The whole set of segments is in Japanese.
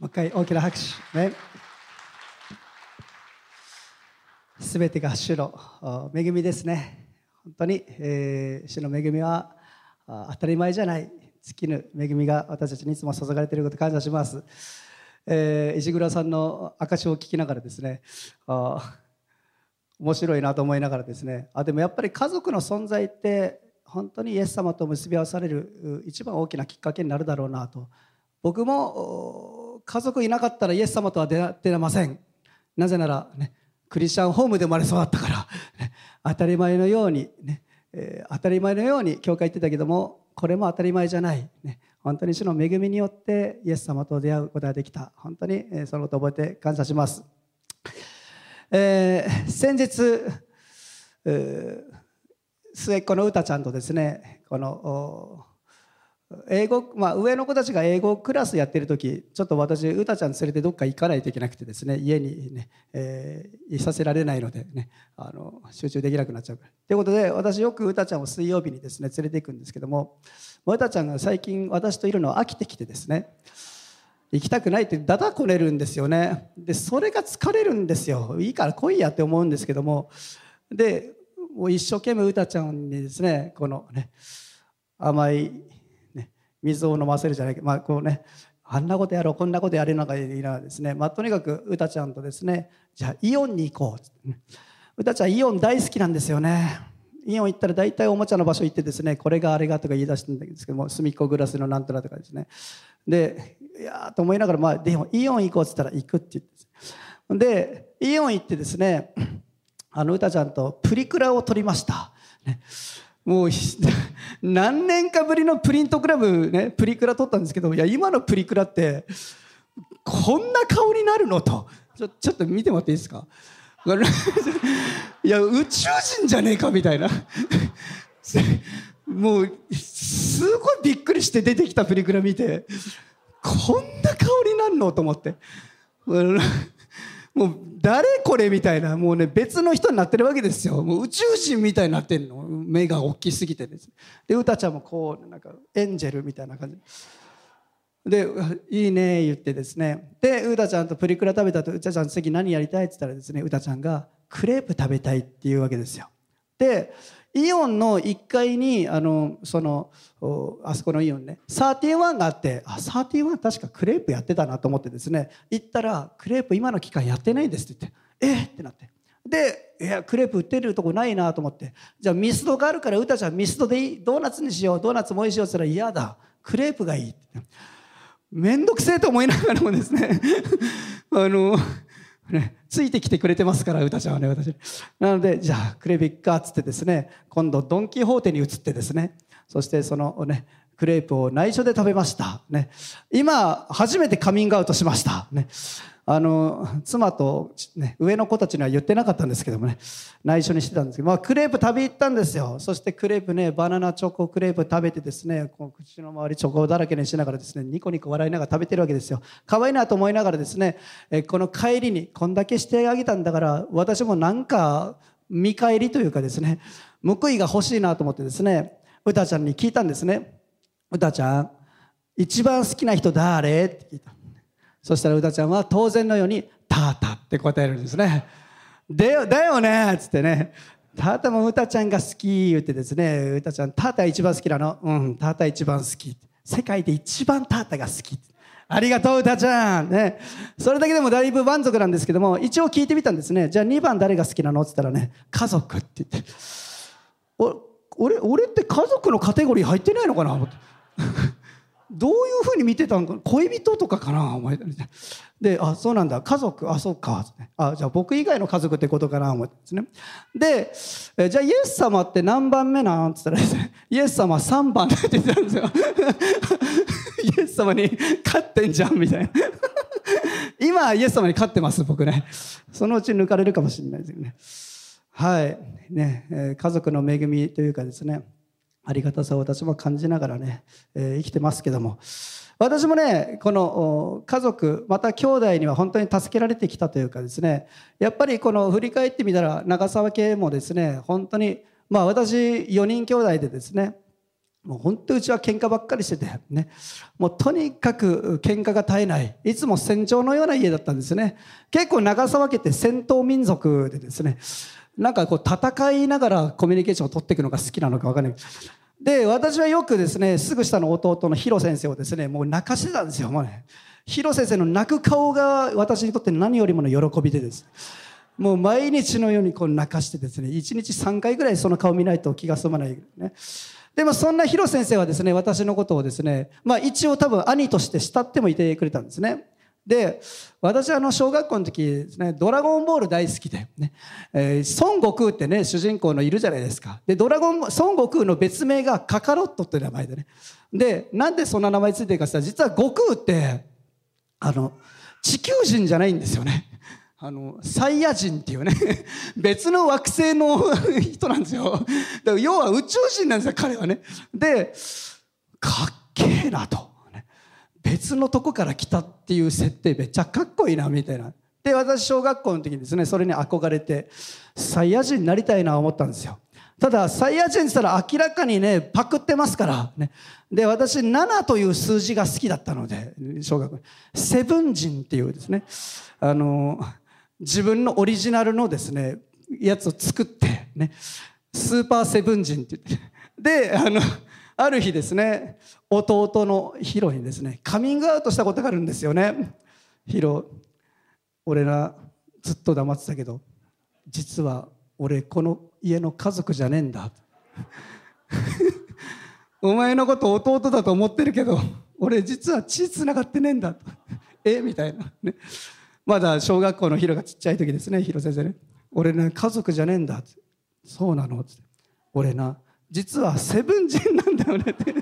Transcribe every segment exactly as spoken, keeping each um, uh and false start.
もう一回大きな拍手ね。すべてが主の恵みですね。本当に、えー、主の恵みは当たり前じゃない尽きぬ恵みが私たちにいつも注がれていることを感謝します。えー、石倉さんの証を聞きながらですね、あ面白いなと思いながらですね、あでもやっぱり家族の存在って本当にイエス様と結び合わされる一番大きなきっかけになるだろうなと。僕も家族いなかったらイエス様とは出会ってません。なぜならね、クリスチャンホームで生まれ育ったから、ね、当たり前のように、ねえー、当たり前のように教会行ってたけども、これも当たり前じゃない、ね、本当に主の恵みによってイエス様と出会うことができた。本当にそのことを覚えて感謝します。えー、先日、えー、末っ子のうたちゃんとですね、この英語、まあ、上の子たちが英語クラスやってる時、ちょっと私うたちゃん連れてどっか行かないといけなくてですね、家にね、えー、いさせられないのでね、あの集中できなくなっちゃうからということで、私よくうたちゃんを水曜日にですね連れて行くんですけども、うたちゃんが最近私といるのは飽きてきてですね、行きたくないってだだこねるんですよね。でそれが疲れるんですよ。いいから来いやって思うんですけども、でもう一生懸命うたちゃんにですね、このね甘い水を飲ませるじゃないけど、まあこうね、あんなことやろうこんなことやれながらいいなですね、まあ、とにかくうたちゃんとですね、じゃあイオンに行こう。うたちゃんイオン大好きなんですよね。イオン行ったら大体おもちゃの場所行ってですね、これがあれがとか言い出してるんですけども、隅っこグラスのなんとかとかですね、でいやーと思いながら、まあ、でもイオン行こうっつったら行くって言ってでイオン行ってですね、あのうたちゃんとプリクラを撮りました、ね、もう何年かぶりのプリントクラブね、プリクラ撮ったんですけど、いや今のプリクラってこんな顔になるのと、ちょ、ちょっと見てもらっていいですか。いや宇宙人じゃねえかみたいなもうすごいびっくりして出てきたプリクラ見て、こんな顔になるのと思ってもう誰これみたいな、もうね別の人になってるわけですよ。もう宇宙人みたいになってんの、目が大きすぎてです。でうたちゃんもこうなんかエンジェルみたいな感じで、いいね言ってですね、でうたちゃんとプリクラ食べたと、うたちゃん次何やりたいって言ったらですね、うたちゃんがクレープ食べたいっていうわけですよ。でイオンのいっかいにあのそのあそこのイオンねサーティワンがあって、あサーティワン確かクレープやってたなと思ってですね、行ったらクレープ今の期間やってないんですって言って、えっってなって、でいやクレープ売ってるとこないなと思って、じゃあミスドがあるからうたちゃんミスドでいい、ドーナツにしよう、ドーナツもいいしようって言ったら嫌だクレープがいいって、めんどくせえと思いながらもですねあのね、ついてきてくれてますから、うたちゃんはね、私なので、じゃあクレープいっかっつってですね、今度ドン・キホーテに移ってですね、そしてそのねクレープを内緒で食べました、ね、今初めてカミングアウトしました、ね、あの妻と、ね、上の子たちには言ってなかったんですけどもね、内緒にしてたんですけど、まあ、クレープ食べ行ったんですよ。そしてクレープね、バナナチョコクレープ食べてですね、こう口の周りチョコだらけにしながらですね、ニコニコ笑いながら食べてるわけですよ。可愛いなと思いながらですね、えこの帰りにこんだけしてあげたんだから私もなんか見返りというかですね、報いが欲しいなと思ってですね、うたちゃんに聞いたんですね。うたちゃん一番好きな人誰って聞いた。そしたらうたちゃんは当然のようにタータって答えるんですね。でよだよねっつってね、タータもうたちゃんが好き言ってですね、うたちゃんタータ一番好きなの、うんタータ一番好き、世界で一番タータが好き、ありがとううたちゃん、ね、それだけでもだいぶ満足なんですけども、一応聞いてみたんですね。じゃあにばん誰が好きなのって言ったらね、家族って言って、お俺俺って家族のカテゴリー入ってないのかな思ってどういうふうに見てたのか、恋人とかかなお前で、あそうなんだ家族、あそうか、あじゃあ僕以外の家族ってことかな思ってですね。でえじゃあイエス様って何番目なんって言ったらですね、イエス様はさんばんって言ってたんですよイエス様に勝ってんじゃんみたいな今イエス様に勝ってます僕ね。そのうち抜かれるかもしれないですよね。はいね、えー、家族の恵みというかですね、ありがたさを私も感じながらね、えー、生きてますけども、私もねこの家族また兄弟には本当に助けられてきたというかですね、やっぱりこの振り返ってみたら長澤家もですね、本当にまあ私よにん兄弟でですね、 もう本当にうちは喧嘩ばっかりしててね、もうとにかく喧嘩が絶えない、いつも戦場のような家だったんですね。結構長沢家って戦闘民族でですね、なんかこう戦いながらコミュニケーションを取っていくのが好きなのか分かんない。で、私はよくですね、すぐ下の弟のヒロ先生をですね、もう泣かしてたんですよ。もうね、ヒロ先生の泣く顔が私にとって何よりもの喜びでです。もう毎日のようにこう泣かしてですね、いちにちさんかいぐらいその顔見ないと気が済まないね。でもそんなヒロ先生はですね、私のことをですね、まあ一応多分兄として慕ってもいてくれたんですね。で、私はあの小学校の時ですね、ドラゴンボール大好きで、ね、えー、孫悟空ってね、主人公のいるじゃないですか。で、ドラゴン、孫悟空の別名がカカロットって名前でね。で、なんでそんな名前ついてるかって言ったら、実は悟空って、あの、地球人じゃないんですよね。あのサイヤ人っていうね別の惑星の人なんですよ。だから要は宇宙人なんですよ、彼はね。で、かっけえなと、ね、別のとこから来たっていう設定めっちゃかっこいいなみたいな。で、私小学校の時にですね、それに憧れてサイヤ人になりたいなと思ったんですよ。ただサイヤ人って言ったら明らかにねパクってますからね。で、私ななという数字が好きだったので、小学校セブン人っていうですね、あの自分のオリジナルのですねやつを作ってね、スーパーセブン人って言ってで、あのある日ですね、弟のヒロにですねカミングアウトしたことがあるんですよね。ヒロ、俺らずっと黙ってたけど実は俺この家の家族じゃねえんだお前のこと弟だと思ってるけど俺実は血つながってねえんだえみたいなね。まだ小学校のヒロがちっちゃい時ですね、ヒロ先生ね、俺ね家族じゃねえんだって。そうなのって。俺な実はセブン人なんだよねって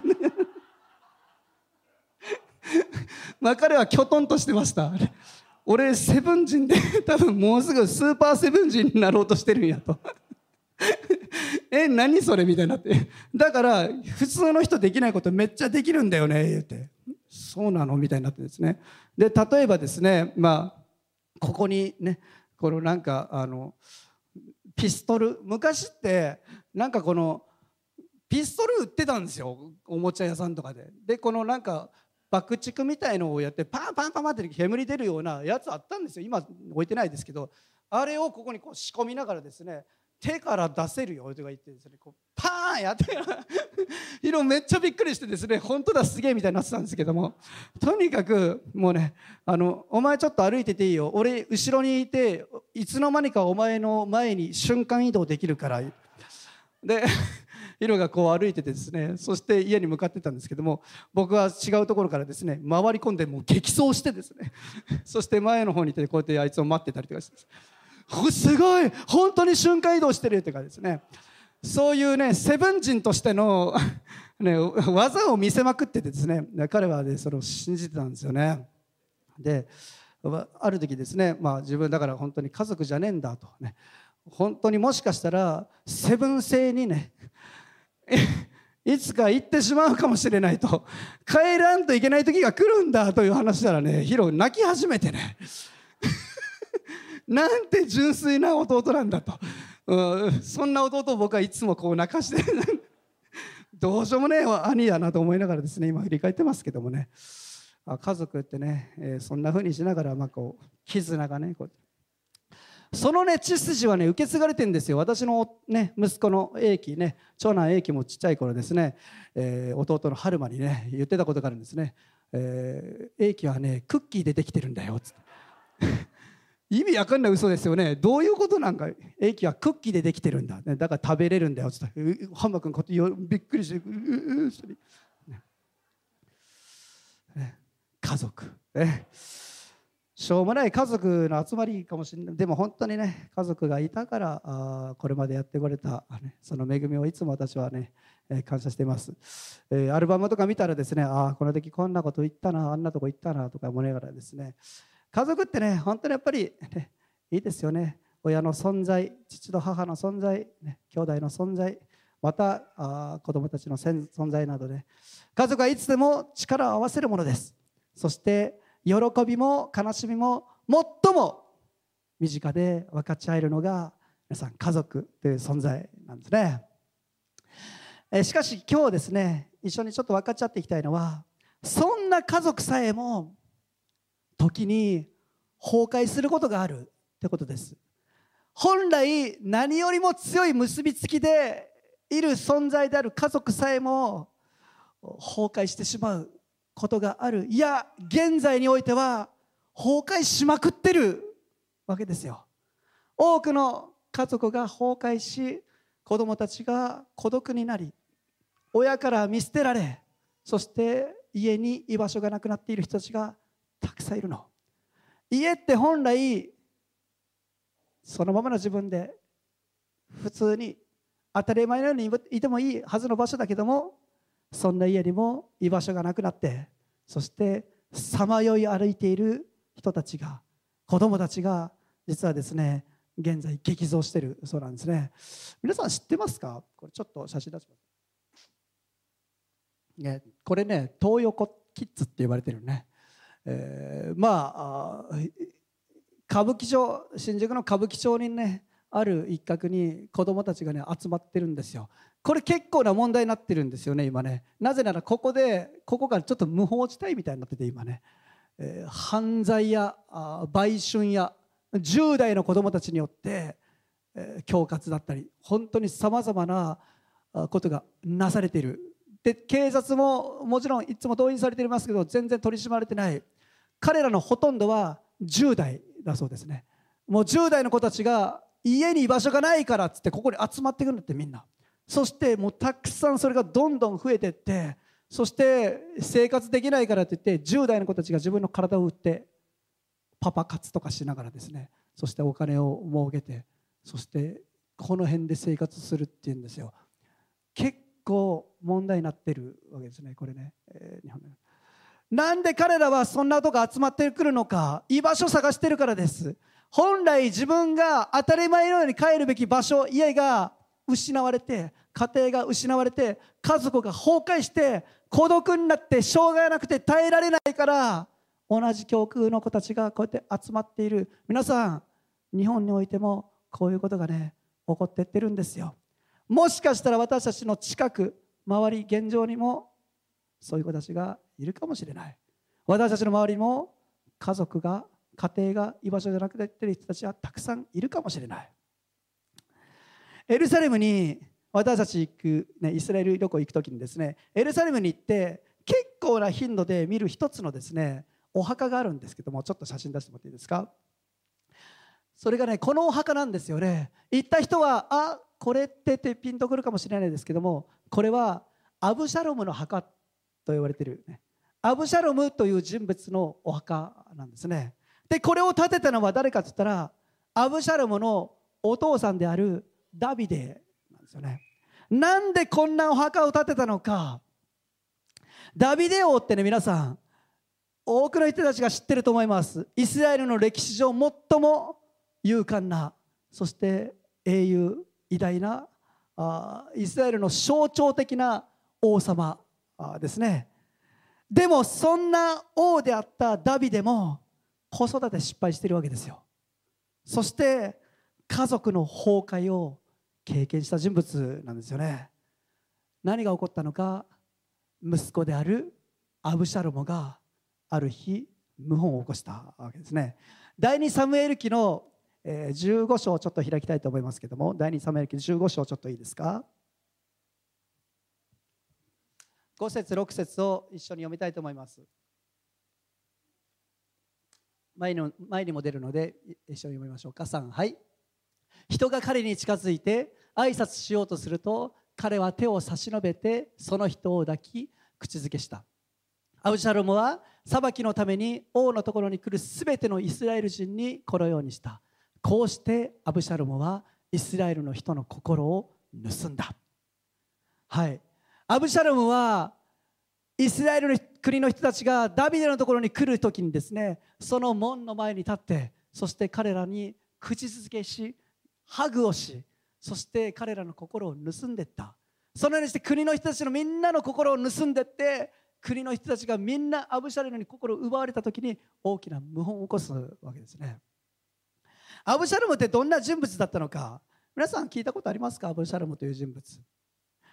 まあ彼はきょとんとしてました。俺セブン人で多分もうすぐスーパーセブン人になろうとしてるんやとえ何それみたいになって、だから普通の人できないことめっちゃできるんだよね言って、そうなのみたいになってですね。で、例えばですね、まあここにね、このなんかあのピストル、昔ってなんかこのピストル売ってたんですよ、おもちゃ屋さんとかで。で、このなんか爆竹みたいのをやってパンパンパンパンって煙出るようなやつあったんですよ。今置いてないですけど、あれをここにこう仕込みながらですね、手から出せるよとか言ってですね、こうパーンやってヒロめっちゃびっくりしてですね、本当だすげえみたいになってたんですけども、とにかくもうね、あのお前ちょっと歩いてていいよ、俺後ろにいていつの間にかお前の前に瞬間移動できるから。でヒロがこう歩いててですね、そして家に向かってたんですけども、僕は違うところからですね回り込んでもう激走してですねそして前の方にいてこうやってあいつを待ってたりとかして、すごい本当に瞬間移動してるとかですね、そういうねセブン人としてのね技を見せまくっててですね、彼はねそれを信じてたんですよね。で、ある時ですね、まあ自分だから本当に家族じゃねえんだとね、本当にもしかしたらセブン星にねいつか行ってしまうかもしれないと、帰らんといけない時が来るんだという話したらね、ヒロ泣き始めてねなんて純粋な弟なんだと、うん、そんな弟を僕はいつもこう泣かしてどうしようもねえ兄だなと思いながらですね今振り返ってますけどもね、家族ってね、えー、そんな風にしながらまあこう絆がねこうそのね血筋はね受け継がれてるんですよ。私のね息子の英樹ね、長男英樹もちっちゃい頃ですね、えー、弟の春馬にね言ってたことがあるんですね。えー、英樹はねクッキーでできてるんだよつって意味わかんない嘘ですよね。どういうことなんか。英樹はクッキーでできてるんだ、だから食べれるんだよつって、ハンマ君こうやってびっくりして、うううね、家族ね、しょうもない家族の集まりかもしれない。でも本当にね家族がいたからあこれまでやってこれた、ね、その恵みをいつも私はね、えー、感謝しています。えー、アルバムとか見たらですね、あこの時こんなこと言ったな、あんなとこ行ったなとか思いながらですね、家族ってね本当にやっぱり、ね、いいですよね。親の存在、父と母の存在、ね、兄弟の存在、またあ子供たちの存在などで、家族はいつでも力を合わせるものです。そして喜びも悲しみも最も身近で分かち合えるのが皆さん家族という存在なんですね。えしかし今日ですね、 一緒にちょっと分かっちゃっていきたいのは、そんな家族さえも時に崩壊することがあるってことです。本来何よりも強い結びつきでいる存在である家族さえも崩壊してしまうことがある。いや、現在においては崩壊しまくってるわけですよ。多くの家族が崩壊し、子供たちが孤独になり、親から見捨てられ、そして家に居場所がなくなっている人たちがたくさんいるの。家って本来そのままの自分で普通に当たり前のようにいてもいいはずの場所だけども、そんな家にも居場所がなくなって、そしてさまよい歩いている人たちが、子供たちが実はですね、現在激増しているそうなんですね。皆さん知ってますか？これちょっと写真出します、ね、これね、トー横キッズって呼ばれてるね、えー、まあ歌舞伎町、新宿の歌舞伎町にねある一角に子どもたちがね集まってるんですよ。これ結構な問題になってるんですよね今ね。なぜならここでここがちょっと無法地帯みたいになってて今ね、えー、犯罪やあ売春やじゅう代の子どもたちによって、えー、恐喝だったり本当にさまざまなことがなされている。で警察ももちろんいつも動員されていますけど全然取り締まれてない。彼らのほとんどはじゅう代だそうですね。もうじゅう代の子たちが家に居場所がないからっつってここに集まってくるんだってみんな。そしてもうたくさんそれがどんどん増えていって、そして生活できないからといってじゅう代の子たちが自分の体を売ってパパ活とかしながらですね、そしてお金を儲けて、そしてこの辺で生活するっていうんですよ。結構問題になってるわけですねこれね、えー、日本でなんで彼らはそんなとこ集まってくるのか。居場所を探してるからです。本来自分が当たり前のように帰るべき場所、家が失われて、家庭が失われて、家族が崩壊して孤独になってしょうがなくて耐えられないから、同じ教区の子たちがこうやって集まっている。皆さん、日本においてもこういうことがね起こっていってるんですよ。もしかしたら私たちの近く、周り、現状にもそういう子たちがいるかもしれない。私たちの周りにも家族が、家庭が居場所じゃなくなっている人たちはたくさんいるかもしれない。エルサレムに私たち行く、ね、イスラエル旅行行くときにですね、エルサレムに行って結構な頻度で見る一つのですねお墓があるんですけども、ちょっと写真出してもらっていいですか。それがねこのお墓なんですよね。行った人はあこれってってピンとくるかもしれないですけども、これはアブシャロムの墓と言われている、ね、アブシャロムという人物のお墓なんですね。でこれを建てたのは誰かといったら、アブシャロムのお父さんであるダビデなんですよね。なんでこんなお墓を建てたのか。ダビデ王ってね、皆さん多くの人たちが知ってると思います。イスラエルの歴史上最も勇敢な、そして英雄、偉大なあイスラエルの象徴的な王様ですね。でもそんな王であったダビデも子育て失敗しているわけですよ。そして家族の崩壊を経験した人物なんですよね。何が起こったのか。息子であるアブシャロムがある日謀反を起こしたわけですね。第二サムエル記のじゅうご章をちょっと開きたいと思いますけども、第二サムエル記じゅうご章ちょっといいですか。ご節ろく節を一緒に読みたいと思います。前に前にも出るので一緒に読みましょうか。さん、はい。人が彼に近づいて挨拶しようとすると、彼は手を差し伸べてその人を抱き口づけした。アブシャロムは裁きのために王のところに来るすべてのイスラエル人にこのようにした。こうしてアブシャロムはイスラエルの人の心を盗んだ。はい。アブシャロムはイスラエルの国の人たちがダビデのところに来るときにですね、その門の前に立って、そして彼らに口づけし、ハグをし、そして彼らの心を盗んでいった。そのようにして国の人たちのみんなの心を盗んでいって、国の人たちがみんなアブシャロムに心を奪われたときに大きな謀反を起こすわけですね。アブシャロムってどんな人物だったのか、皆さん聞いたことありますか。アブシャロムという人物。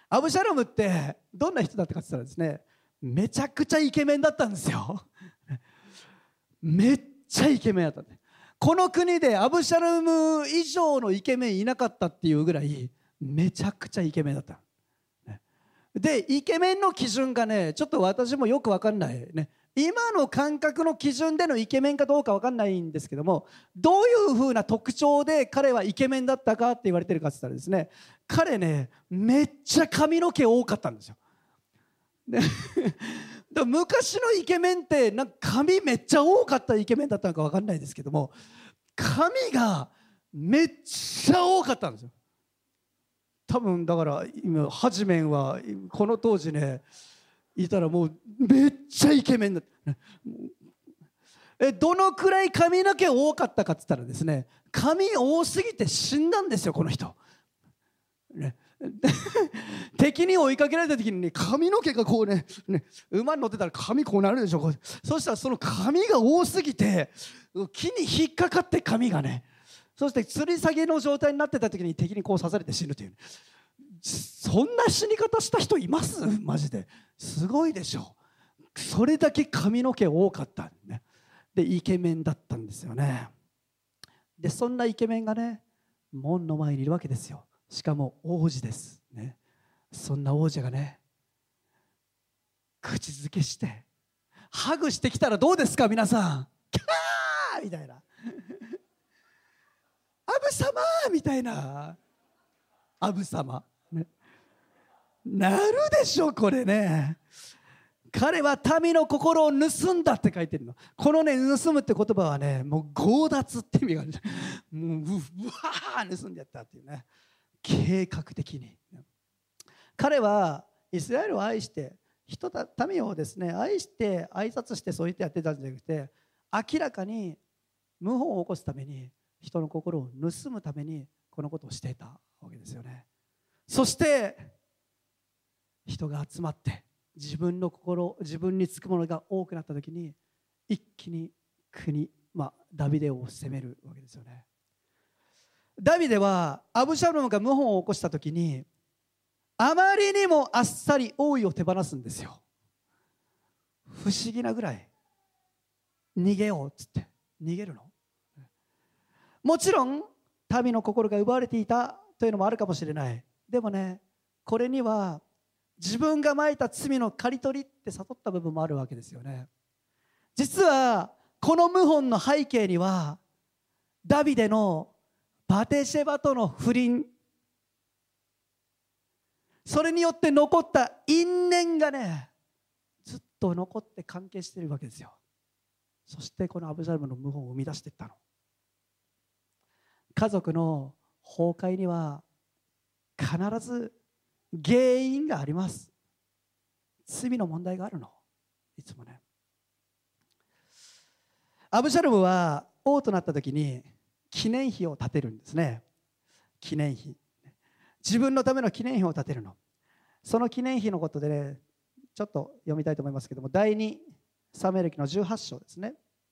アブシャロムってどんな人だったかって言ったらですね、めちゃくちゃイケメンだったんですよ。めっちゃイケメンだった。この国でアブシャロム以上のイケメンいなかったっていうぐらいめちゃくちゃイケメンだった。でイケメンの基準がね、ちょっと私もよく分かんないね、今の感覚の基準でのイケメンかどうか分かんないんですけども、どういうふうな特徴で彼はイケメンだったかって言われてるかって言ったらですね、彼ねめっちゃ髪の毛多かったんですよ。でで昔のイケメンってなんか髪めっちゃ多かったイケメンだったのか分かんないですけども、髪がめっちゃ多かったんですよ。多分だから今ハジメンはこの当時ねいたらもうめっちゃイケメンだった。えどのくらい髪の毛多かったかって言ったらですね、髪多すぎて死んだんですよこの人、ね、敵に追いかけられた時に、ね、髪の毛がこう ね, ね馬に乗ってたら髪こうなるでしょ。こうそしたらその髪が多すぎて木に引っかかって髪がね、そして吊り下げの状態になってた時に敵にこう刺されて死ぬという、そんな死に方した人います？マジですごいでしょ。それだけ髪の毛多かったね。でイケメンだったんですよね。でそんなイケメンがね門の前にいるわけですよ。しかも王子ですね。そんな王子がね口づけしてハグしてきたらどうですか皆さん。キャーみたいなアブ様みたいな、アブ様、ね、なるでしょこれね。彼は民の心を盗んだって書いてるの。このね盗むって言葉はねもう強奪って意味がある。もううわー盗んでやったっていうね、計画的に。彼はイスラエルを愛して人だ民をですね愛して挨拶してそう言ってやってたんじゃなくて、明らかに謀反を起こすために人の心を盗むためにこのことをしていたわけですよね。そして人が集まって自分の心自分につくものが多くなった時に一気に国、まあ、ダビデを攻めるわけですよね。ダビデはアブシャロムが謀反を起こした時にあまりにもあっさり王位を手放すんですよ。不思議なぐらい逃げようっつって逃げるの。もちろん民の心が奪われていたというのもあるかもしれない。でもねこれには自分がまいた罪の刈り取りって悟った部分もあるわけですよね。実はこの謀反の背景にはダビデのバテシェバとの不倫、それによって残った因縁がねずっと残って関係しているわけですよ。そしてこのアブシャロムの謀反を生み出していったの。家族の崩壊には必ず原因があります。罪の問題があるの、いつもね。アブシャロムは王となった時に記念碑を建てるんですね。記念碑、自分のための記念碑を建てるの。その記念碑のことでねちょっと読みたいと思いますけども、第二サムエル記のじゅうはち章ですね。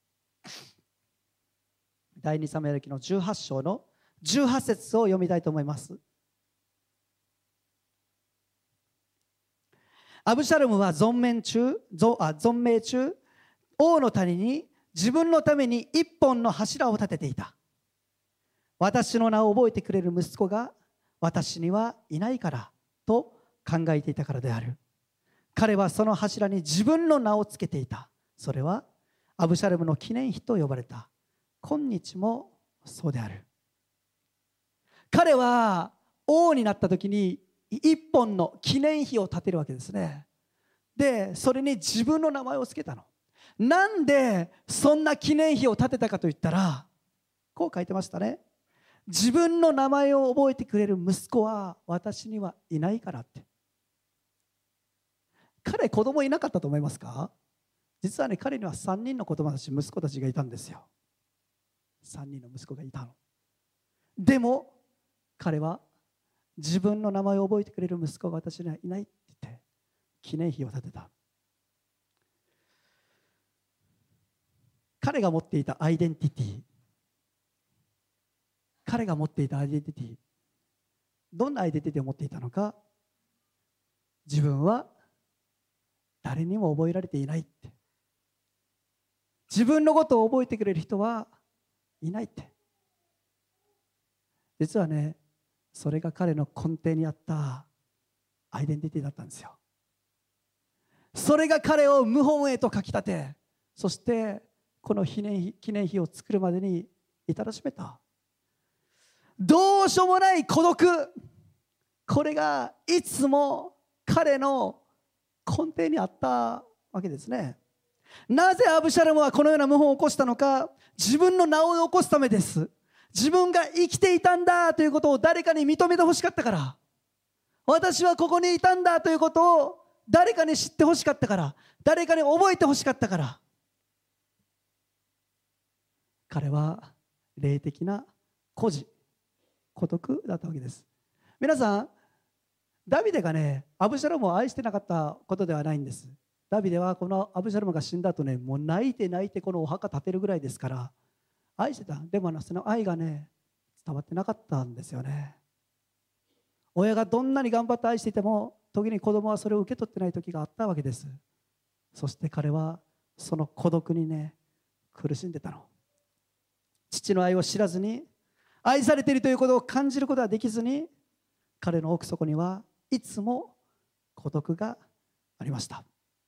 第二サムエル記のじゅうはち章のじゅうはち節を読みたいと思います。アブシャロムは存命中、存命中王の谷に自分のために一本の柱を立てていた。私の名を覚えてくれる息子が私にはいないからと考えていたからである。彼はその柱に自分の名をつけていた。それはアブシャロムの記念碑と呼ばれた。今日もそうである。彼は王になった時に一本の記念碑を建てるわけですね。でそれに自分の名前をつけたの。なんでそんな記念碑を建てたかといったらこう書いてましたね。自分の名前を覚えてくれる息子は私にはいないからって。彼子供いなかったと思いますか？実はね彼にはさんにんの子供たち息子たちがいたんですよ。さんにんの息子がいたの。でも彼は自分の名前を覚えてくれる息子が私にはいないって言って記念碑を建てた。彼が持っていたアイデンティティ、彼が持っていたアイデンティティ、どんなアイデンティティを持っていたのか、 自分は誰にも覚えられていないって、自分のことを覚えてくれる人はいないって。実はね、それが彼の根底にあったアイデンティティだったんですよ。それが彼を謀反へとかきたて、そしてこの記念碑、記念碑を作るまでに至らしめた。どうしようもない孤独、これがいつも彼の根底にあったわけですね。なぜアブシャロムはこのような謀反を起こしたのか。自分の名を残すためです。自分が生きていたんだということを誰かに認めてほしかったから。私はここにいたんだということを誰かに知ってほしかったから。誰かに覚えてほしかったから。彼は霊的な孤児、孤独だったわけです。皆さん、ダビデがね、アブシャロムを愛してなかったことではないんです。ダビデはこのアブシャロムが死んだ後ね、もう泣いて泣いてこのお墓建てるぐらいですから愛してた。でもその愛がね、伝わってなかったんですよね。親がどんなに頑張って愛していても、時に子供はそれを受け取ってない時があったわけです。そして彼はその孤独にね、苦しんでたの。父の愛を知らずに、愛されているということを感じることができずに、彼の奥底にはいつも孤独がありました。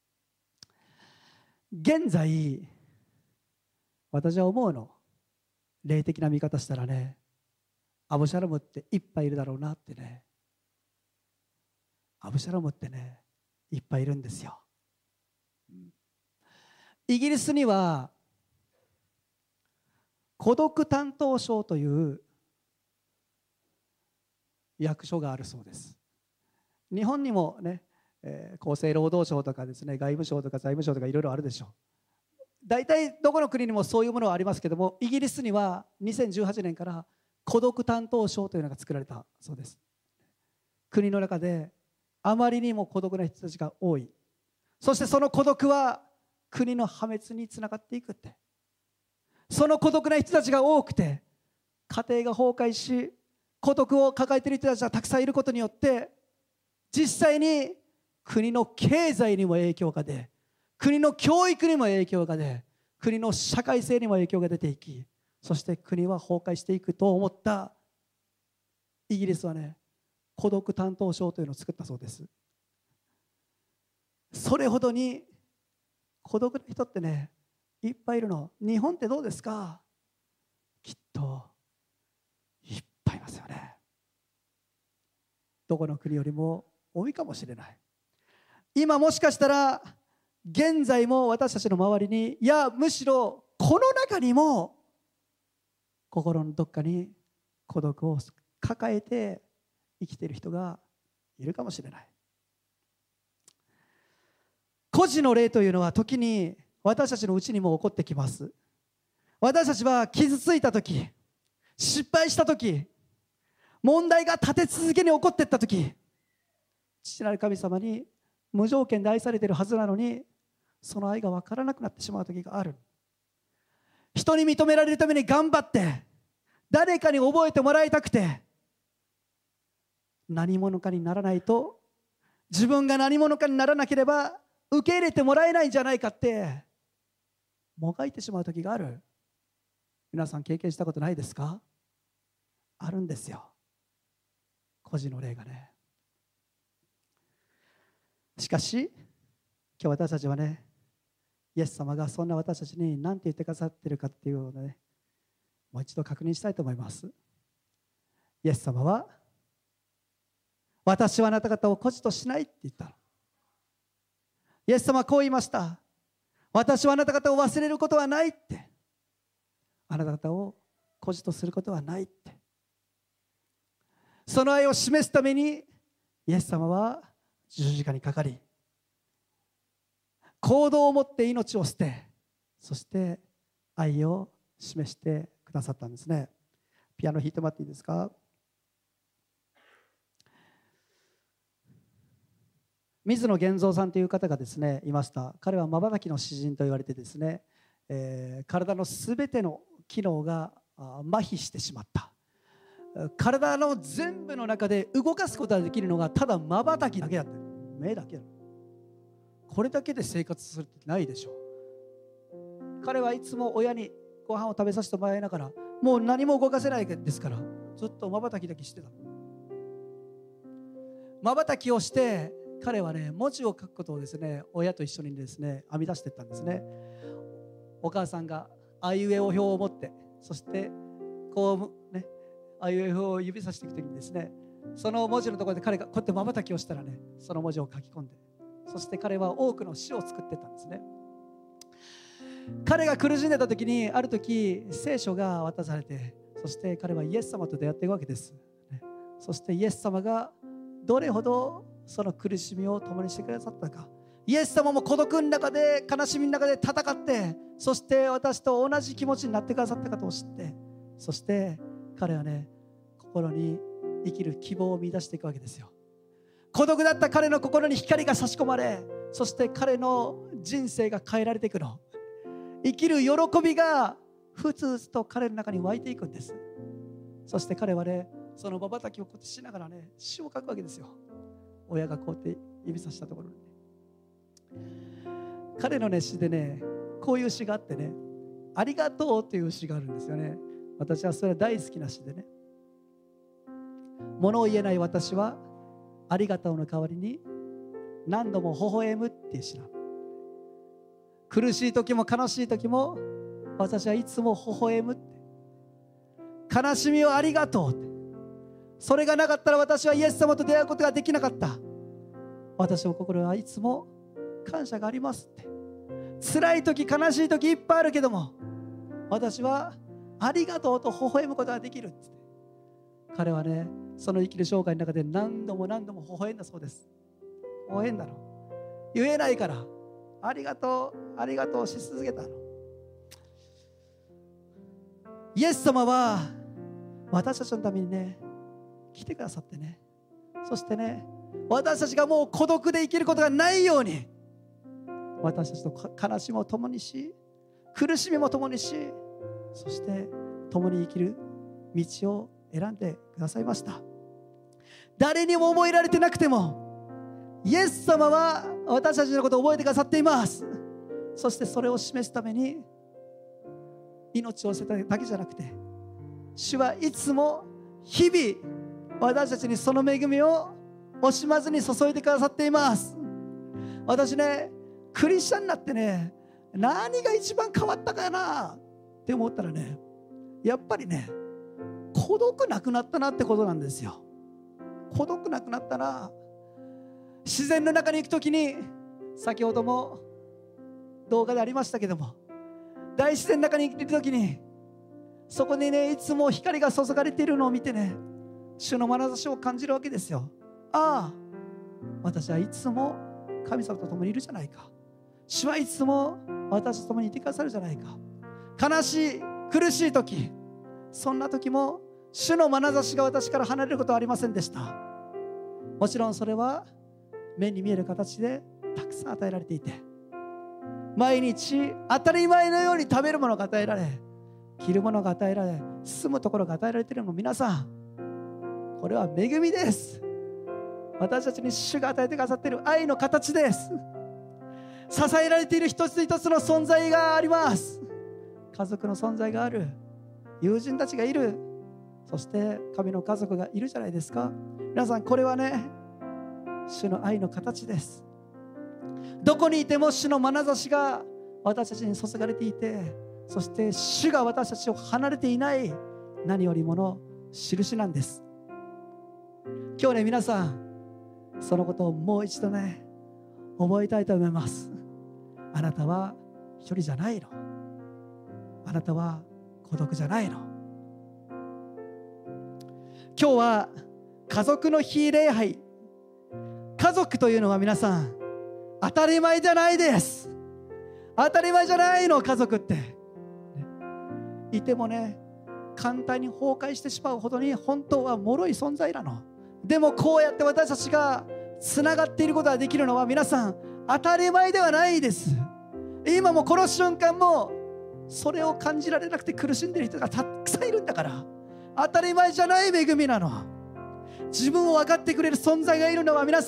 現在私は思うの、霊的な見方したらね、アブシャロムっていっぱいいるだろうなってね。アブシャロムってね、いっぱいいるんですよ。イギリスには孤独担当省という役所があるそうです。日本にもね、えー、厚生労働省とかですね、外務省とか財務省とかいろいろあるでしょう。大体どこの国にもそういうものはありますけども、イギリスにはにせんじゅうはちねんから孤独担当省というのが作られたそうです。国の中であまりにも孤独な人たちが多い。そしてその孤独は国の破滅につながっていくって。その孤独な人たちが多くて、家庭が崩壊し、孤独を抱えている人たちがたくさんいることによって、実際に国の経済にも影響が出、国の教育にも影響が出、国の社会性にも影響が出ていき、そして国は崩壊していくと思ったイギリスはね、孤独担当省というのを作ったそうです。それほどに孤独な人ってね、いっぱいいるの。日本ってどうですか？きっといっぱいいますよね。どこの国よりも多いかもしれない。今もしかしたら現在も私たちの周りに、いやむしろこの中にも心のどっかに孤独を抱えて生きている人がいるかもしれない。孤児の霊というのは時に私たちのうちにも起こってきます。私たちは傷ついた時、失敗した時、問題が立て続けに起こっていった時、父なる神様に無条件で愛されているはずなのに、その愛が分からなくなってしまう時がある。人に認められるために頑張って、誰かに覚えてもらいたくて、何者かにならないと、自分が何者かにならなければ受け入れてもらえないんじゃないかってもがいてしまう時がある。皆さん経験したことないですか？あるんですよ、孤児の霊がね。しかし今日私たちはね、イエス様がそんな私たちに何て言ってくださっているかっていうのをね、もう一度確認したいと思います。イエス様は、私はあなた方を孤児としないって言ったの。イエス様はこう言いました。私はあなた方を忘れることはないって。あなた方を孤児とすることはないって。その愛を示すためにイエス様は十字架にかかり、行動を持って命を捨て、そして愛を示してくださったんですね。ピアノ弾いてもらっていいですか？水野源三さんという方がですねいました。彼は瞬きの詩人と言われてですね、えー、体のすべての機能が麻痺してしまった。体の全部の中で動かすことができるのがただ瞬きだけだった。 目だけなの。これだけで生活するってないでしょ。彼はいつも親にご飯を食べさせてもらいながら、もう何も動かせないですから、ずっと瞬きだけしてた。瞬きをして、彼はね、文字を書くことをですね、親と一緒にですね、編み出していったんですね。お母さんがあいうえお表を持って、そしてこうね、あいうえおを指さしていくときにですね、その文字のところで彼がこうやって瞬きをしたらね、その文字を書き込んで、そして彼は多くの詩を作っていったんですね。彼が苦しんでた時に、ある時聖書が渡されて、そして彼はイエス様と出会っていくわけです。そしてイエス様がどれほどその苦しみを共にしてくださったか。イエス様も孤独の中で、悲しみの中で戦って、そして私と同じ気持ちになってくださったことを知って、そして彼はね、心に生きる希望を見出していくわけですよ。孤独だった彼の心に光が差し込まれ、そして彼の人生が変えられていくの。生きる喜びがふつふつと彼の中に湧いていくんです。そして彼はね、その瞬きをこうやってしながらね、詩を書くわけですよ。親がこうやって指さしたところに、彼のね、詩でね、こういう詩があってね、ありがとうという詩があるんですよね。私はそれは大好きな詩でね、物を言えない私はありがとうの代わりに何度も微笑むっていう詩なの。苦しい時も悲しい時も私はいつも微笑むって、悲しみをありがとうって、それがなかったら私はイエス様と出会うことができなかった、私の心はいつも感謝がありますって。辛い時悲しい時いっぱいあるけども、私はありがとうと微笑むことができるって。彼はね、その生きる生涯の中で何度も何度も微笑んだそうです。微笑んだの。言えないからありがとうありがとうし続けたの。イエス様は私たちのためにね、来てくださってね、そしてね、私たちがもう孤独で生きることがないように、私たちと悲しみを共にし、苦しみも共にし、そして共に生きる道を選んでくださいました。誰にも覚えられてなくても、イエス様は私たちのことを覚えてくださっています。そしてそれを示すために命を捨てただけじゃなくて、主はいつも日々私たちにその恵みを惜しまずに注いでくださっています。私ね、クリスチャンになってね、何が一番変わったかなって思ったらね、やっぱりね、孤独なくなったなってことなんですよ。孤独なくなったな。自然の中に行くときに、先ほども動画でありましたけども、大自然の中に行くときに、そこにね、いつも光が注がれているのを見てね、主の眼差しを感じるわけですよ。ああ、私はいつも神様と共にいるじゃないか。主はいつも私と共にいてくださるじゃないか。悲しい苦しい時、そんな時も主の眼差しが私から離れることはありませんでした。もちろんそれは目に見える形でたくさん与えられていて、毎日当たり前のように食べるものが与えられ、着るものが与えられ、住むところが与えられているのも、皆さん、これは恵みです。私たちに主が与えてくださっている愛の形です。支えられている一つ一つの存在があります。家族の存在がある、友人たちがいる、そして神の家族がいるじゃないですか。皆さん、これはね、主の愛の形です。どこにいても主の眼差しが私たちに注がれていて、そして主が私たちを離れていない、何よりもの印なんです。今日ね、皆さん、そのことをもう一度ね、覚えたいと思います。あなたは一人じゃないの。あなたは孤独じゃないの。今日は家族の日礼拝。家族というのは皆さん、当たり前じゃないです。当たり前じゃないの、家族って。いてもね、簡単に崩壊してしまうほどに本当は脆い存在なの。でもこうやって私たちがつながっていることができるのは、皆さん当たり前ではないです。今もこの瞬間もそれを感じられなくて苦しんでいる人がたくさんいるんだから、当たり前じゃない恵みなの。自分を分かってくれる存在がいるのは、皆さん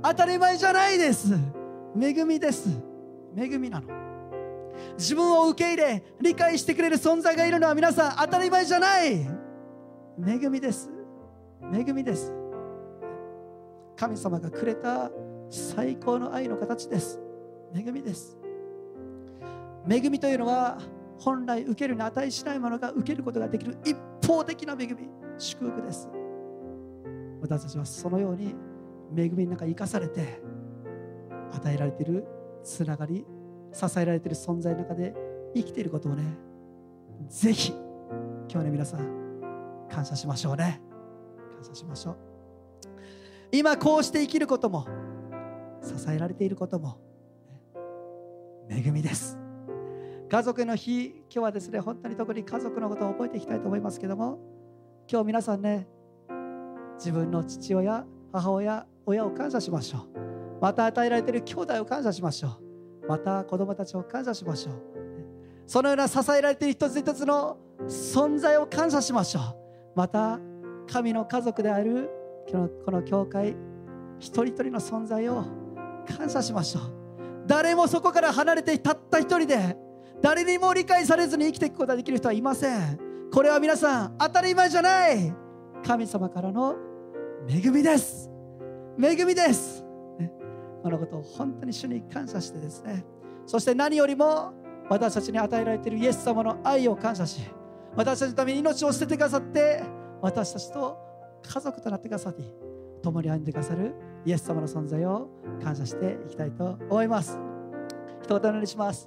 当たり前じゃないです。恵みです。恵みなの。自分を受け入れ理解してくれる存在がいるのは皆さん当たり前じゃない。恵みです。恵みです。神様がくれた最高の愛の形です。恵みです。恵みというのは本来受けるに値しないものが受けることができる一方的な恵み、祝福です。私たちはそのように恵みの中に生かされて与えられているつながり、支えられている存在の中で生きていることをね、ぜひ今日ね皆さん感謝しましょうね。感謝しましょう。今こうして生きることも支えられていることも恵みです。家族の日、今日はですね本当に特に家族のことを覚えていきたいと思いますけども、今日皆さんね自分の父親、母親、親を感謝しましょう。また与えられている兄弟を感謝しましょう。また子供たちを感謝しましょう。そのような支えられている一つ一つの存在を感謝しましょう。また神の家族であるこの教会一人一人の存在を感謝しましょう。誰もそこから離れてたった一人で誰にも理解されずに生きていくことができる人はいません。これは皆さん当たり前じゃない神様からの恵みです。恵みです、ね、このことを本当に主に感謝してですね、そして何よりも私たちに与えられているイエス様の愛を感謝し、私たちのために命を捨ててくださって私たちと家族となってくださり共に歩んでくださるイエス様の存在を感謝していきたいと思います。一言お願いします。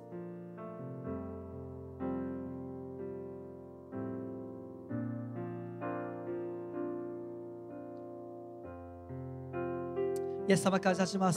イエス様感謝します。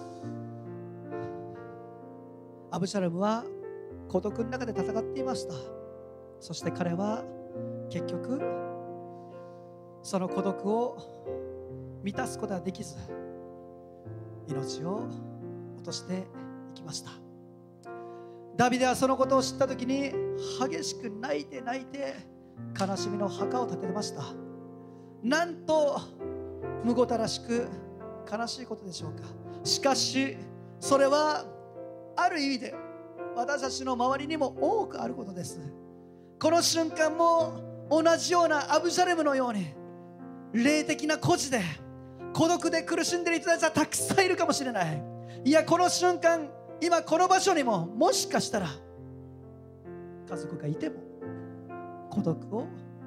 アブシャロムは孤独の中で戦っていました。そして彼は結局その孤独を満たすことができず命を落としていきました。ダビデはそのことを知った時に激しく泣いて泣いて悲しみの墓を建てました。なんとむごたらしく悲しいことでしょうか。しかしそれはある意味で私たちの周りにも多くあることです。この瞬間も同じようなアブシャロムのように霊的な孤児で孤独で苦しんでいる人たちはたくさんいるかもしれない。いやこの瞬間今この場所にももしかしたら家族がいても孤独を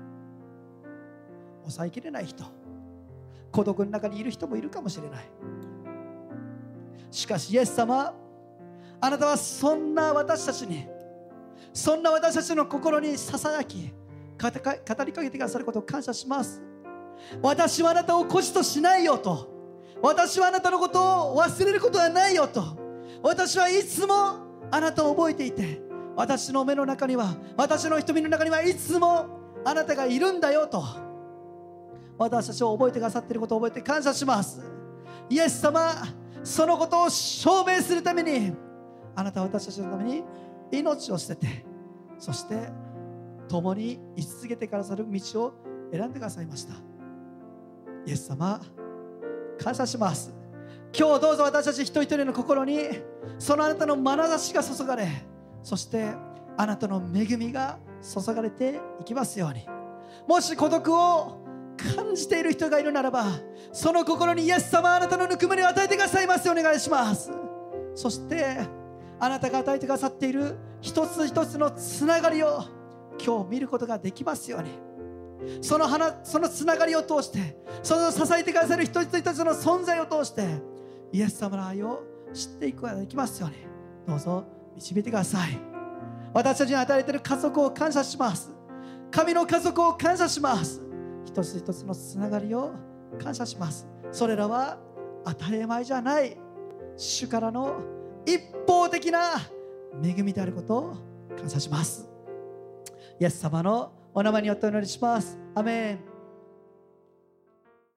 抑えきれない人、孤独の中にいる人もいるかもしれない。しかしイエス様、あなたはそんな私たちにそんな私たちの心にささやき語りかけてくださることを感謝します。私はあなたを孤児としないよと、私はあなたのことを忘れることはないよと、私はいつもあなたを覚えていて、私の目の中には私の瞳の中にはいつもあなたがいるんだよと私たちを覚えてくださっていることを覚えて感謝します。イエス様、そのことを証明するためにあなたは私たちのために命を捨てて、そして共に生き続けてくださる道を選んでくださいました。イエス様感謝します。今日どうぞ私たち一人一人の心にそのあなたの眼差しが注がれ、そしてあなたの恵みが注がれていきますように。もし孤独を感じている人がいるならば、その心にイエス様あなたのぬくもりを与えてくださいますようお願いします。そしてあなたが与えてくださっている一つ一つのつながりを今日見ることができますように。その花、そのつながりを通して、その支えてくださる一つ一つの存在を通してイエス様の愛を知っていくことができますように、どうぞ導いてください。私たちに与えられている家族を感謝します。神の家族を感謝します。一つ一つのつながりを感謝します。それらは当たり前じゃない主からの一方的な恵みであることを感謝します。イエス様のお名前によってお祈りします。アメン。